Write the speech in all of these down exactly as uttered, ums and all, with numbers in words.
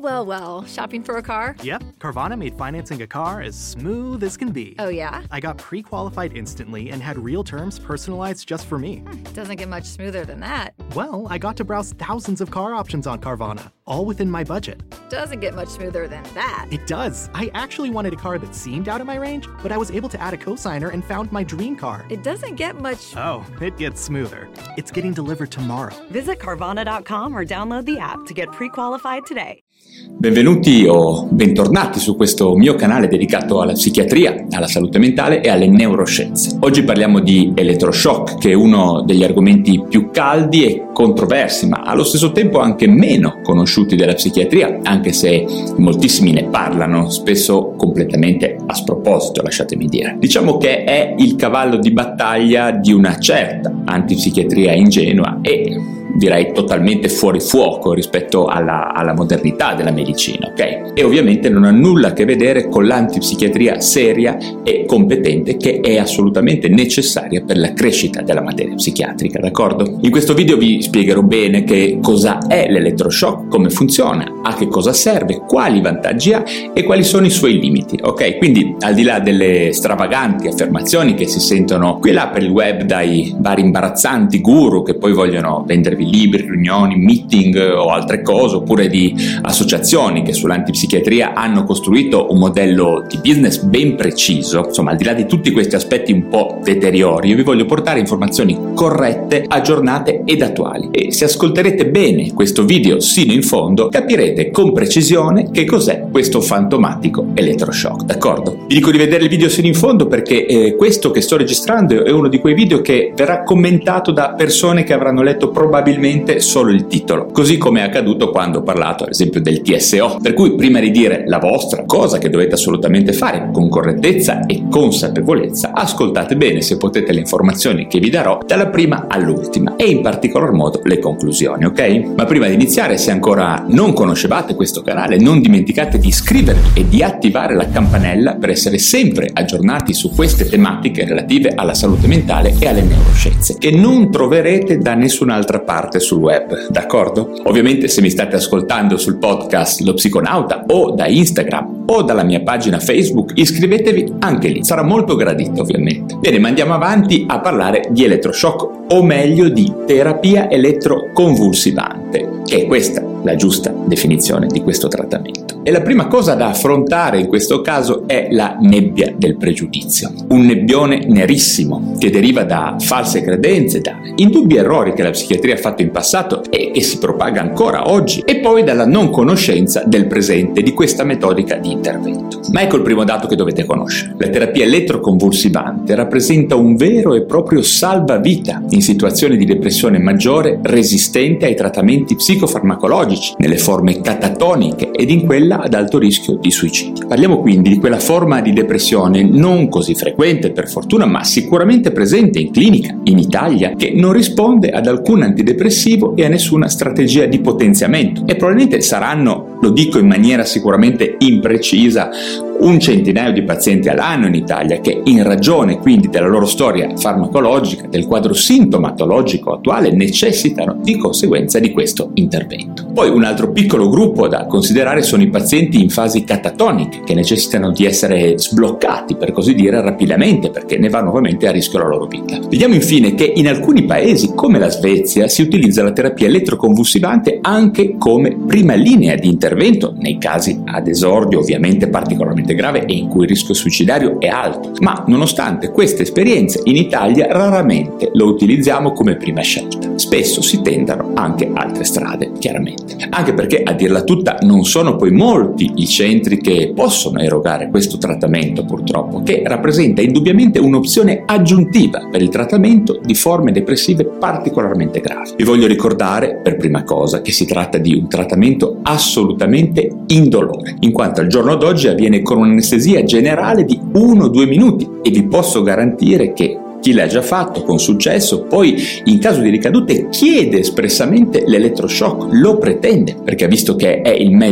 well, well. Shopping for a car? Yep, Carvana made financing a car as smooth as can be. Oh, yeah? I got pre-qualified instantly and had real terms personalized just for me. Hmm, doesn't get much smoother than that. Well, I got to browse thousands of car options on Carvana, all within my budget. Doesn't get much smoother than that. It does. I actually wanted a car that seemed out of my range, but I was able to add a cosigner and found my dream car. It doesn't get much... Oh, it gets smoother. It's getting delivered tomorrow. Visit Carvana dot com or download the app to get pre-qualified today. Benvenuti o bentornati su questo mio canale dedicato alla psichiatria, alla salute mentale e alle neuroscienze. Oggi parliamo di elettroshock, che è uno degli argomenti più caldi e controversi, ma allo stesso tempo anche meno conosciuti della psichiatria, anche se moltissimi ne parlano, spesso completamente a sproposito, lasciatemi dire. Diciamo che è il cavallo di battaglia di una certa antipsichiatria ingenua e direi totalmente fuori fuoco rispetto alla, alla modernità della medicina, ok? E ovviamente non ha nulla a che vedere con l'antipsichiatria seria e competente che è assolutamente necessaria per la crescita della materia psichiatrica, d'accordo? In questo video vi spiegherò bene che cosa è l'elettroshock, come funziona, a che cosa serve, quali vantaggi ha e quali sono i suoi limiti, ok? Quindi al di là delle stravaganti affermazioni che si sentono qui e là per il web dai vari imbarazzanti guru che poi vogliono vendervi libri, riunioni, meeting o altre cose, oppure di associazioni che sull'antipsichiatria hanno costruito un modello di business ben preciso, insomma al di là di tutti questi aspetti un po' deteriori, io vi voglio portare informazioni corrette, aggiornate ed attuali, e se ascolterete bene questo video sino in fondo capirete con precisione che cos'è questo fantomatico elettroshock, d'accordo? Vi dico di vedere il video sino in fondo perché eh, questo che sto registrando è uno di quei video che verrà commentato da persone che avranno letto probabilmente solo il titolo, così come è accaduto quando ho parlato ad esempio del T S O, per cui prima di dire la vostra, cosa che dovete assolutamente fare con correttezza e consapevolezza, ascoltate bene, se potete, le informazioni che vi darò dalla prima all'ultima e in particolar modo le conclusioni, ok? Ma prima di iniziare, se ancora non conoscevate questo canale, non dimenticate di iscrivervi e di attivare la campanella per essere sempre aggiornati su queste tematiche relative alla salute mentale e alle neuroscienze, che non troverete da nessun'altra parte sul web, d'accordo? Ovviamente se mi state ascoltando sul podcast Lo Psiconauta o da Instagram o dalla mia pagina Facebook, iscrivetevi anche lì, sarà molto gradito ovviamente. Bene, ma andiamo avanti a parlare di elettroshock, o meglio di terapia elettroconvulsivante, che è questa la giusta definizione di questo trattamento. E la prima cosa da affrontare in questo caso è la nebbia del pregiudizio, un nebbione nerissimo che deriva da false credenze, da indubbi errori che la psichiatria ha fatto in passato e che si propaga ancora oggi, e poi dalla non conoscenza del presente di questa metodica di intervento. Ma ecco il primo dato che dovete conoscere: la terapia elettroconvulsivante rappresenta un vero e proprio salvavita in situazioni di depressione maggiore resistente ai trattamenti psicofarmacologici nelle forme catatoniche ed in quella ad alto rischio di suicidio. Parliamo quindi di quella forma di depressione non così frequente per fortuna, ma sicuramente presente in clinica in Italia, che non risponde ad alcun antidepressivo e a nessuna strategia di potenziamento, e probabilmente saranno, lo dico in maniera sicuramente imprecisa, un centinaio di pazienti all'anno in Italia che, in ragione quindi della loro storia farmacologica, del quadro sintomatologico attuale, necessitano di conseguenza di questo intervento. Poi un altro piccolo gruppo da considerare sono i pazienti in fasi catatoniche, che necessitano di essere sbloccati, per così dire, rapidamente, perché ne va nuovamente a rischio la loro vita. Vediamo infine che in alcuni paesi, come la Svezia, si utilizza la terapia elettroconvulsivante anche come prima linea di intervento nei casi ad esordio ovviamente particolarmente grave e in cui il rischio suicidario è alto. Ma nonostante queste esperienze, in Italia raramente lo utilizziamo come prima scelta. Spesso si tentano anche altre strade, chiaramente. Anche perché, a dirla tutta, non sono poi molti i centri che possono erogare questo trattamento, purtroppo, che rappresenta indubbiamente un'opzione aggiuntiva per il trattamento di forme depressive particolarmente gravi. Vi voglio ricordare, per prima cosa, che si tratta di un trattamento assolutamente indolore, in quanto al giorno d'oggi avviene con un'anestesia generale di uno due minuti, e vi posso garantire che chi l'ha già fatto con successo poi in caso di ricadute chiede espressamente l'elettroshock, lo pretende, perché ha visto che è il mezzo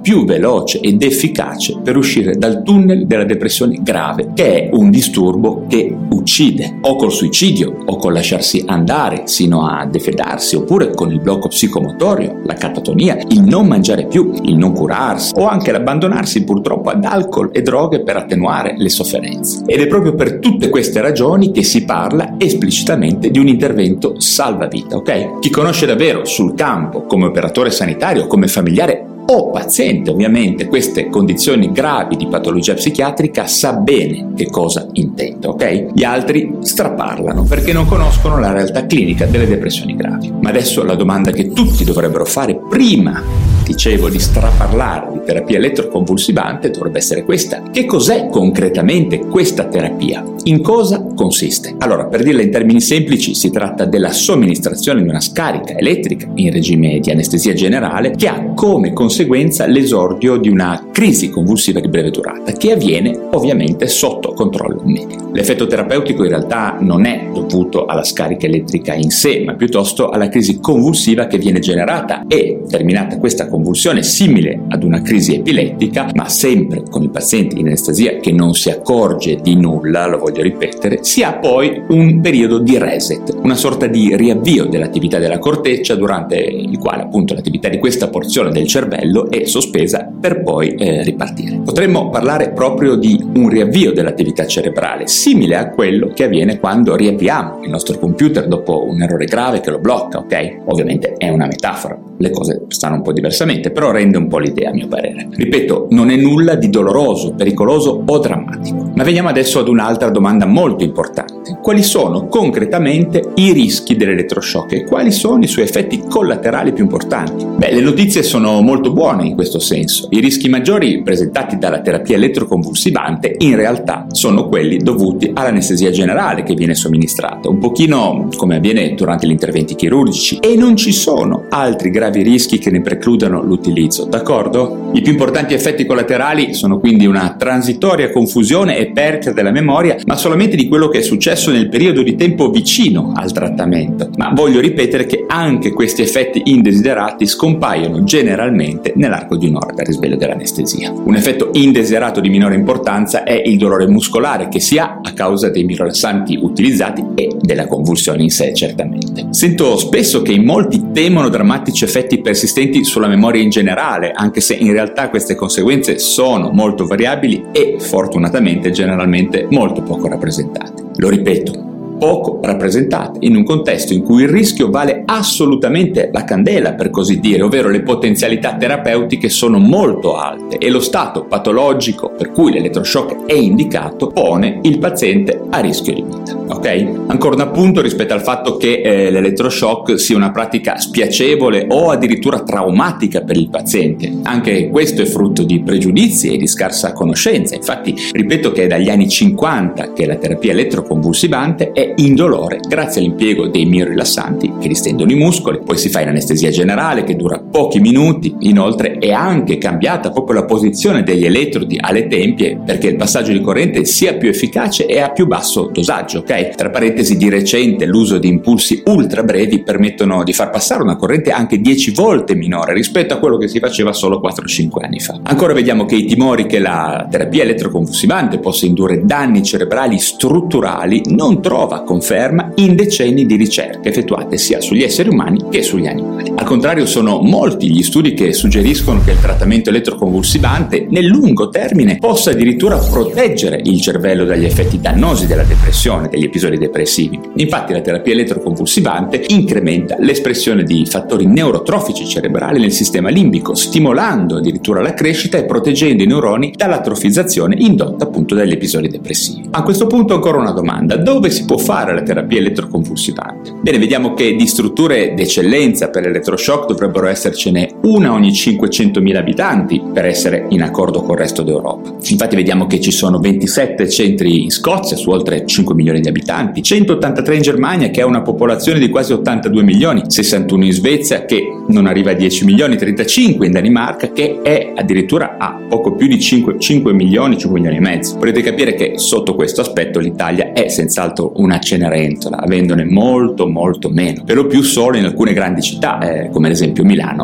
più veloce ed efficace per uscire dal tunnel della depressione grave, che è un disturbo che uccide, o col suicidio, o col lasciarsi andare sino a defedarsi, oppure con il blocco psicomotorio, la catatonia, il non mangiare più, il non curarsi, o anche l'abbandonarsi purtroppo ad alcol e droghe per attenuare le sofferenze. Ed è proprio per tutte queste ragioni che si parla esplicitamente di un intervento salvavita, ok? Chi conosce davvero sul campo, come operatore sanitario, come familiare o paziente ovviamente, queste condizioni gravi di patologia psichiatrica, sa bene che cosa intendo, ok? Gli altri straparlano perché non conoscono la realtà clinica delle depressioni gravi. Ma adesso la domanda che tutti dovrebbero fare prima, dicevo, di straparlare di terapia elettroconvulsivante dovrebbe essere questa: che cos'è concretamente questa terapia? In cosa consiste? Allora, per dirla in termini semplici, si tratta della somministrazione di una scarica elettrica in regime di anestesia generale che ha come conseguenza l'esordio di una crisi convulsiva di breve durata, che avviene ovviamente sotto controllo medico. L'effetto terapeutico in realtà non è dovuto alla scarica elettrica in sé, ma piuttosto alla crisi convulsiva che viene generata e, terminata questa convulsione simile ad una crisi epilettica, ma sempre con il paziente in anestesia che non si accorge di nulla, lo voglio ripetere, si ha poi un periodo di reset, una sorta di riavvio dell'attività della corteccia, durante il quale appunto l'attività di questa porzione del cervello è sospesa per poi eh, ripartire. Potremmo parlare proprio di un riavvio dell'attività cerebrale, simile a quello che avviene quando riavviamo il nostro computer dopo un errore grave che lo blocca, ok? Ovviamente è una metafora, le cose stanno un po' diversamente, però rende un po' l'idea a mio parere. Ripeto, non è nulla di doloroso, pericoloso o drammatico. Ma veniamo adesso ad un'altra domanda molto importante: quali sono concretamente i rischi dell'elettroshock e quali sono i suoi effetti collaterali più importanti? Beh, le notizie sono molto buone in questo senso. I rischi maggiori presentati dalla terapia elettroconvulsivante in realtà sono quelli dovuti all'anestesia generale che viene somministrata, un pochino come avviene durante gli interventi chirurgici, e non ci sono altri gravi rischi che ne precludano l'utilizzo, d'accordo? I più importanti effetti collaterali sono quindi una transitoria confusione e perdita della memoria, ma solamente di quello che è successo nel periodo di tempo vicino al trattamento. Ma voglio ripetere che anche questi effetti indesiderati scompaiono generalmente nell'arco di un'ora dal risveglio dell'anestesia. Un effetto indesiderato di minore importanza è il dolore muscolare che si ha a causa dei miorilassanti utilizzati e della convulsione in sé, certamente. Sento spesso che in molti temono drammatici effetti persistenti sulla memoria in generale, anche se in realtà queste conseguenze sono molto variabili e fortunatamente generalmente molto poco rappresentate. Lo ripeto, poco rappresentate in un contesto in cui il rischio vale assolutamente la candela, per così dire, ovvero le potenzialità terapeutiche sono molto alte e lo stato patologico per cui l'elettroshock è indicato pone il paziente a rischio di vita. Ok? Ancora un appunto rispetto al fatto che eh, l'elettroshock sia una pratica spiacevole o addirittura traumatica per il paziente. Anche questo è frutto di pregiudizi e di scarsa conoscenza. Infatti, ripeto che è dagli anni cinquanta che la terapia elettroconvulsivante è indolore grazie all'impiego dei miorilassanti che distendono i muscoli, poi si fa in anestesia generale che dura pochi minuti. Inoltre è anche cambiata proprio la posizione degli elettrodi alle tempie perché il passaggio di corrente sia più efficace e a più basso dosaggio, ok? Tra parentesi, di recente l'uso di impulsi ultra brevi permettono di far passare una corrente anche dieci volte minore rispetto a quello che si faceva solo quattro cinque anni fa. Ancora vediamo che i timori che la terapia elettroconvulsivante possa indurre danni cerebrali strutturali non trova conferma in decenni di ricerche effettuate sia sugli esseri umani che sugli animali. Al contrario, sono molti gli studi che suggeriscono che il trattamento elettroconvulsivante nel lungo termine possa addirittura proteggere il cervello dagli effetti dannosi della depressione, degli episodi depressivi. Infatti la terapia elettroconvulsivante incrementa l'espressione di fattori neurotrofici cerebrali nel sistema limbico, stimolando addirittura la crescita e proteggendo i neuroni dall'atrofizzazione indotta appunto dagli episodi depressivi. A questo punto ancora una domanda: dove si può fare la terapia elettroconvulsivante? Bene, vediamo che di strutture d'eccellenza per l'elettroshock dovrebbero essercene una ogni cinquecentomila abitanti per essere in accordo col resto d'Europa. Infatti vediamo che ci sono ventisette centri in Scozia su oltre cinque milioni di abitanti, centottantatré in Germania che ha una popolazione di quasi ottantadue milioni, sessantuno in Svezia che non arriva a dieci milioni, trentacinque in Danimarca che è addirittura a poco più di cinque, cinque milioni, cinque milioni e mezzo. Potete capire che sotto questo aspetto l'Italia è senz'altro una Cenerentola, avendone molto molto meno, per lo più solo in alcune grandi città eh, come ad esempio Milano o Roma.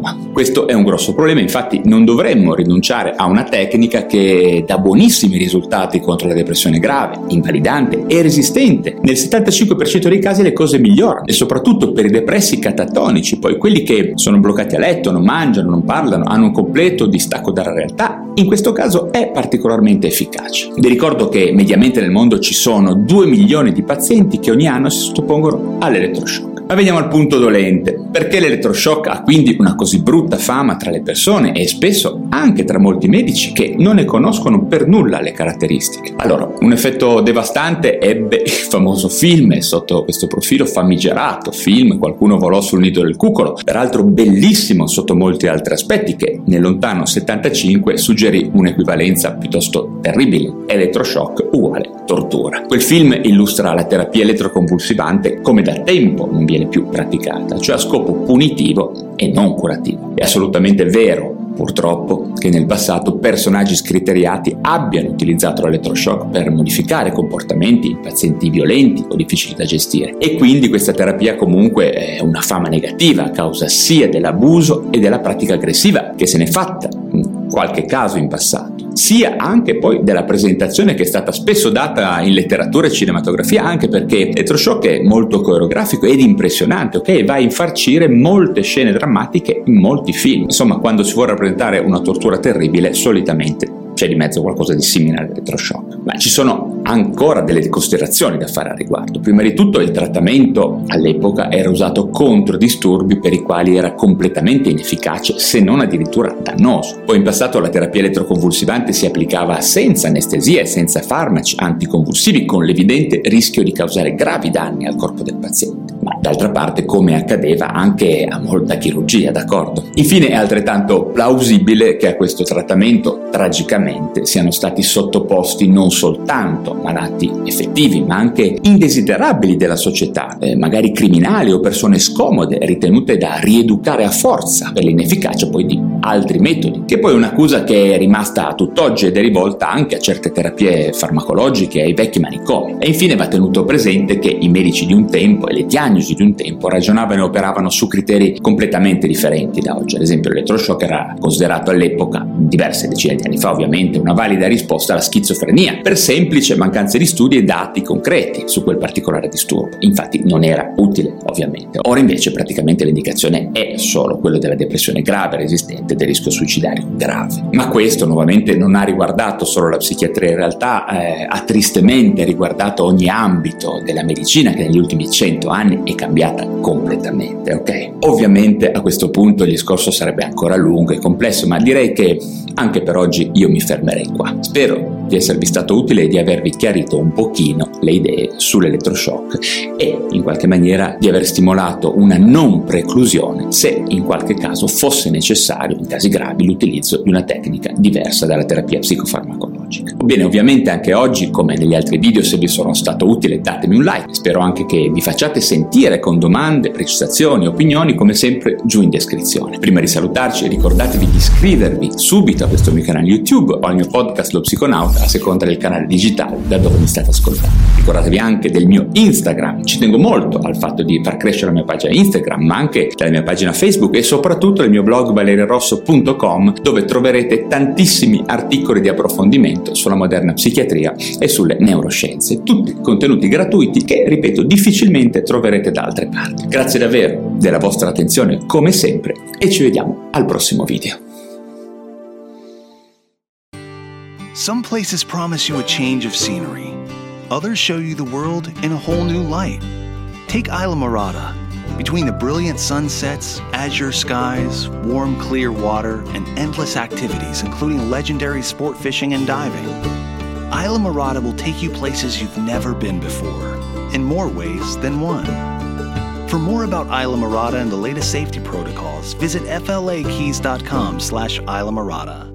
coma. Questo è un grosso problema, infatti non dovremmo rinunciare a una tecnica che dà buonissimi risultati contro la depressione grave, invalidante e resistente. Nel settantacinque per cento dei casi le cose migliorano, e soprattutto per i depressi catatonici, poi quelli che sono bloccati a letto, non mangiano, non parlano, hanno un completo distacco dalla realtà. In questo caso è particolarmente efficace. Vi ricordo che mediamente nel mondo ci sono due milioni di pazienti che ogni anno si sottopongono all'elettroshock. Ma veniamo al punto dolente. Perché l'elettroshock ha quindi una così brutta fama tra le persone e spesso anche tra molti medici che non ne conoscono per nulla le caratteristiche? Allora, un effetto devastante ebbe il famoso film, sotto questo profilo famigerato film Qualcuno volò sul nido del cucolo, peraltro bellissimo sotto molti altri aspetti, che nel lontano settantacinque suggerì un'equivalenza piuttosto terribile: elettroshock uguale tortura. Quel film illustra la terapia elettroconvulsivante come da tempo non viene più praticata, cioè a scopo punitivo e non curativo. È assolutamente vero, purtroppo, che nel passato personaggi scriteriati abbiano utilizzato l'elettroshock per modificare comportamenti in pazienti violenti o difficili da gestire, e quindi questa terapia comunque è una fama negativa a causa sia dell'abuso e della pratica aggressiva che se n'è fatta in qualche caso in passato, sia anche poi della presentazione che è stata spesso data in letteratura e cinematografia, anche perché l'elettroshock è molto coreografico ed impressionante, ok? Va a infarcire molte scene drammatiche in molti film. Insomma, quando si vuole rappresentare una tortura terribile, solitamente c'è di mezzo qualcosa di simile all'elettroshock. Ma ci sono ancora delle considerazioni da fare al riguardo. Prima di tutto, il trattamento all'epoca era usato contro disturbi per i quali era completamente inefficace, se non addirittura dannoso. Poi in passato la terapia elettroconvulsivante si applicava senza anestesia e senza farmaci anticonvulsivi, con l'evidente rischio di causare gravi danni al corpo del paziente. Ma d'altra parte, come accadeva anche a molta chirurgia, d'accordo? Infine è altrettanto plausibile che a questo trattamento tragicamente siano stati sottoposti non soltanto malati effettivi, ma anche indesiderabili della società, eh, magari criminali o persone scomode ritenute da rieducare a forza per l'inefficacia poi di altri metodi, che poi è un'accusa che è rimasta a tutt'oggi ed è rivolta anche a certe terapie farmacologiche e ai vecchi manicomi. E infine va tenuto presente che i medici di un tempo e le diagnosi di un tempo ragionavano e operavano su criteri completamente differenti da oggi. Ad esempio, l'elettroshock era considerato all'epoca, diverse decine di anni fa ovviamente, una valida risposta alla schizofrenia, per semplice mancanza di studi e dati concreti su quel particolare disturbo. Infatti non era utile, ovviamente. Ora invece praticamente l'indicazione è solo quello della depressione grave, resistente, del rischio suicidario grave. Ma questo nuovamente non ha riguardato solo la psichiatria, in realtà eh, ha tristemente riguardato ogni ambito della medicina, che negli ultimi cento anni è cambiata completamente, ok? Ovviamente a questo punto il discorso sarebbe ancora lungo e complesso, ma direi che anche per oggi io mi fermerei qua. Spero di esservi stato utile e di avervi chiarito un pochino le idee sull'elettroshock e in qualche maniera di aver stimolato una non preclusione se in qualche caso fosse necessario, in casi gravi, l'utilizzo di una tecnica diversa dalla terapia psicofarmacologica. Bene, ovviamente anche oggi, come negli altri video, se vi sono stato utile datemi un like. Spero anche che vi facciate sentire con domande, precisazioni, opinioni, come sempre giù in descrizione. Prima di salutarci, ricordatevi di iscrivervi subito a questo mio canale YouTube o al mio podcast Lo Psiconauta, a seconda del canale digitale da dove mi state ascoltando. Ricordatevi anche del mio Instagram. Ci tengo molto al fatto di far crescere la mia pagina Instagram, ma anche della mia pagina Facebook e soprattutto del mio blog valeriorosso punto com, dove troverete tantissimi articoli di approfondimento sulla moderna psichiatria e sulle neuroscienze, tutti contenuti gratuiti che, ripeto, difficilmente troverete da altre parti. Grazie davvero della vostra attenzione come sempre e ci vediamo al prossimo video. Some places promise you a change of scenery. Others show you the world in a whole new light. Take Isla Mirada. Between the brilliant sunsets, azure skies, warm, clear water, and endless activities, including legendary sport fishing and diving, Isla Mirada will take you places you've never been before, in more ways than one. For more about Isla Mirada and the latest safety protocols, visit F L A keys dot com slash Isla Mirada.